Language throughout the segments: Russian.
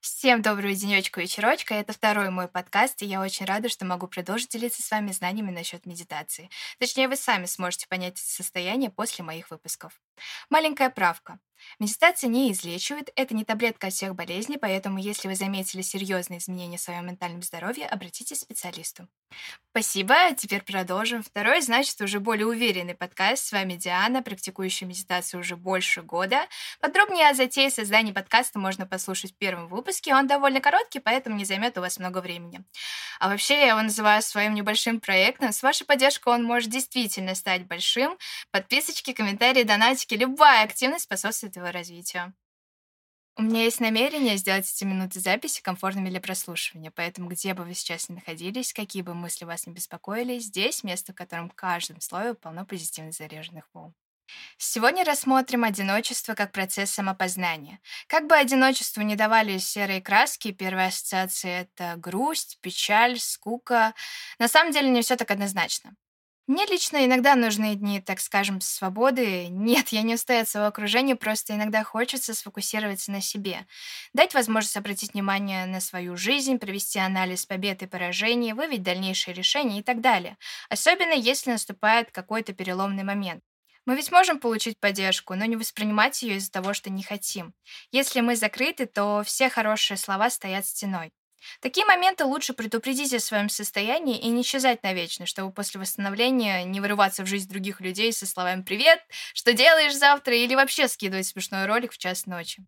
Всем доброго денечка, вечерочка. Это второй мой подкаст, и я очень рада, что могу продолжить делиться с вами знаниями насчет медитации. Точнее, вы сами сможете понять это состояние после моих выпусков. Маленькая правка. Медитация не излечивает, это не таблетка от всех болезней, поэтому если вы заметили серьезные изменения в своем ментальном здоровье, обратитесь к специалисту. Спасибо, теперь продолжим. Второй, значит, уже более уверенный подкаст. С вами Диана, практикующая медитацию уже больше года. Подробнее о затее создания подкаста можно послушать в первом выпуске. Он довольно короткий, поэтому не займет у вас много времени. А вообще, я его называю своим небольшим проектом. С вашей поддержкой он может действительно стать большим. Подписочки, комментарии, донатики, любая активность способствует его развитию. У меня есть намерение сделать эти минуты записи комфортными для прослушивания, поэтому где бы вы сейчас ни находились, какие бы мысли вас не беспокоили, здесь место, в котором в каждом слове полно позитивно заряженных волн. Сегодня рассмотрим одиночество как процесс самопознания. Как бы одиночеству не давали серые краски, первая ассоциация — это грусть, печаль, скука. На самом деле не все так однозначно. Мне лично иногда нужны дни, так скажем, свободы. Нет, я не устаю от своего окружения, просто иногда хочется сфокусироваться на себе. Дать возможность обратить внимание на свою жизнь, провести анализ побед и поражений, выявить дальнейшие решения и так далее. Особенно если наступает какой-то переломный момент. Мы ведь можем получить поддержку, но не воспринимать ее из-за того, что не хотим. Если мы закрыты, то все хорошие слова стоят стеной. В такие моменты лучше предупредить о своем состоянии и не исчезать навечно, чтобы после восстановления не вырываться в жизнь других людей со словами «Привет! Что делаешь завтра?» или вообще скидывать смешной ролик в час ночи.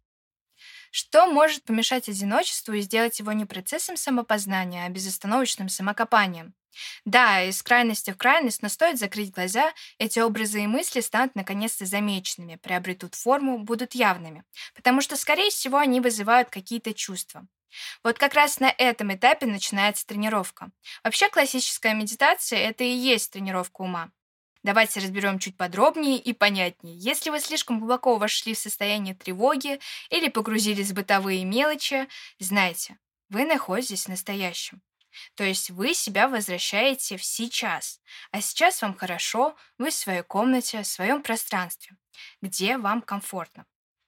Что может помешать одиночеству и сделать его не процессом самопознания, а безостановочным самокопанием? Да, из крайности в крайность, но стоит закрыть глаза, эти образы и мысли станут наконец-то замеченными, приобретут форму, будут явными, потому что, скорее всего, они вызывают какие-то чувства. Вот как раз на этом этапе начинается тренировка. Вообще классическая медитация — это и есть тренировка ума. Давайте разберем чуть подробнее и понятнее. Если вы слишком глубоко вошли в состояние тревоги или погрузились в бытовые мелочи, знайте, вы находитесь в настоящем. То есть вы себя возвращаете в сейчас. А сейчас вам хорошо, вы в своей комнате, в своем пространстве, где вам комфортно.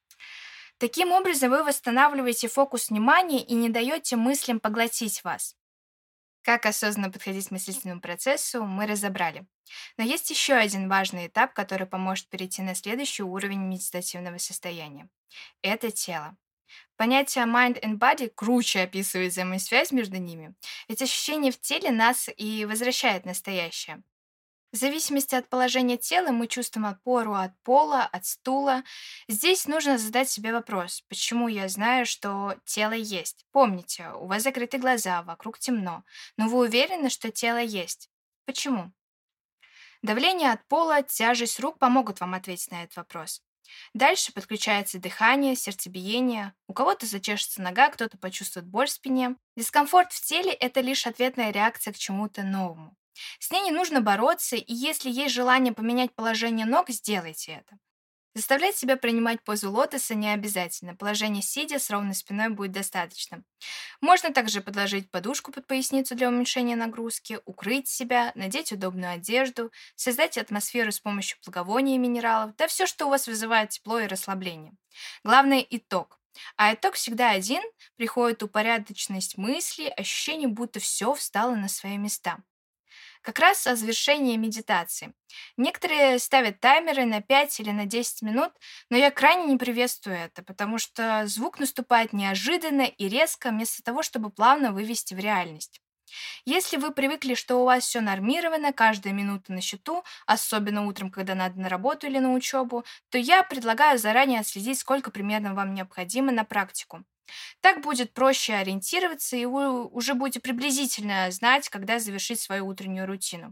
Таким образом, вы восстанавливаете фокус внимания и не даете мыслям поглотить вас. Как осознанно подходить к мыслительному процессу, мы разобрали. Но есть еще один важный этап, который поможет перейти на следующий уровень медитативного состояния. Это тело. Понятие mind and body круче описывает взаимосвязь между ними, ведь ощущение в теле нас и возвращает в настоящее. В зависимости от положения тела мы чувствуем опору от пола, от стула. Здесь нужно задать себе вопрос, почему я знаю, что тело есть. Помните, у вас закрыты глаза, вокруг темно, но вы уверены, что тело есть. Почему? Давление от пола, тяжесть рук помогут вам ответить на этот вопрос. Дальше подключается дыхание, сердцебиение. У кого-то зачешется нога, кто-то почувствует боль в спине. Дискомфорт в теле — это лишь ответная реакция к чему-то новому. С ней не нужно бороться, и если есть желание поменять положение ног, сделайте это. Заставлять себя принимать позу лотоса не обязательно. Положение сидя с ровной спиной будет достаточно. Можно также подложить подушку под поясницу для уменьшения нагрузки, укрыть себя, надеть удобную одежду, создать атмосферу с помощью благовоний и минералов, да все, что у вас вызывает тепло и расслабление. Главное — итог. А итог всегда один, приходит упорядоченность мысли, ощущение, будто все встало на свои места. Как раз о завершении медитации. Некоторые ставят таймеры на 5 или на 10 минут, но я крайне не приветствую это, потому что звук наступает неожиданно и резко, вместо того, чтобы плавно вывести в реальность. Если вы привыкли, что у вас все нормировано, каждая минута на счету, особенно утром, когда надо на работу или на учебу, то я предлагаю заранее отследить, сколько примерно вам необходимо на практику. Так будет проще ориентироваться, и вы уже будете приблизительно знать, когда завершить свою утреннюю рутину.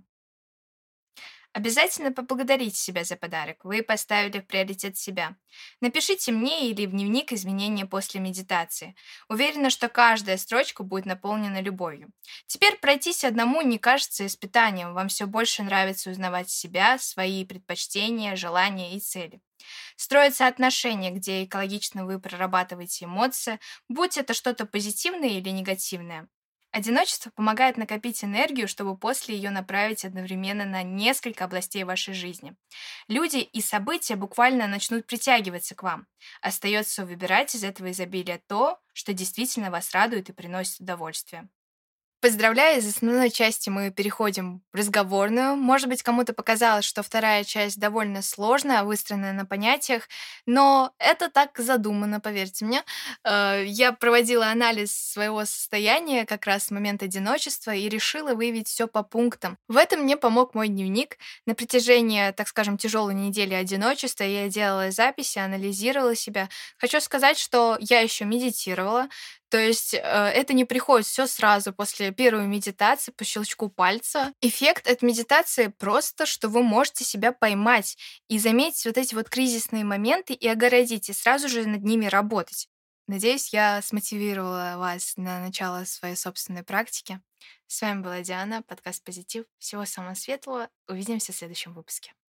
Обязательно поблагодарите себя за подарок. Вы поставили в приоритет себя. Напишите мне или в дневник изменения после медитации. Уверена, что каждая строчка будет наполнена любовью. Теперь пройтись одному не кажется испытанием. Вам все больше нравится узнавать себя, свои предпочтения, желания и цели. Строятся отношения, где экологично вы прорабатываете эмоции, будь это что-то позитивное или негативное. Одиночество помогает накопить энергию, чтобы после ее направить одновременно на несколько областей вашей жизни. Люди и события буквально начнут притягиваться к вам. Остается выбирать из этого изобилия то, что действительно вас радует и приносит удовольствие. Поздравляю, из основной части мы переходим в разговорную. Может быть, кому-то показалось, что вторая часть довольно сложная, выстроенная на понятиях, но это так задумано, поверьте мне. Я проводила анализ своего состояния как раз в момент одиночества и решила выявить все по пунктам. В этом мне помог мой дневник. На протяжении, так скажем, тяжелой недели одиночества я делала записи, анализировала себя. Хочу сказать, что я еще медитировала, то есть, это не приходит все сразу после первой медитации по щелчку пальца. Эффект от медитации просто, что вы можете себя поймать и заметить вот эти вот кризисные моменты и огородить, и сразу же над ними работать. Надеюсь, я смотивировала вас на начало своей собственной практики. С вами была Диана, подкаст «Позитив». Всего самого светлого. Увидимся в следующем выпуске.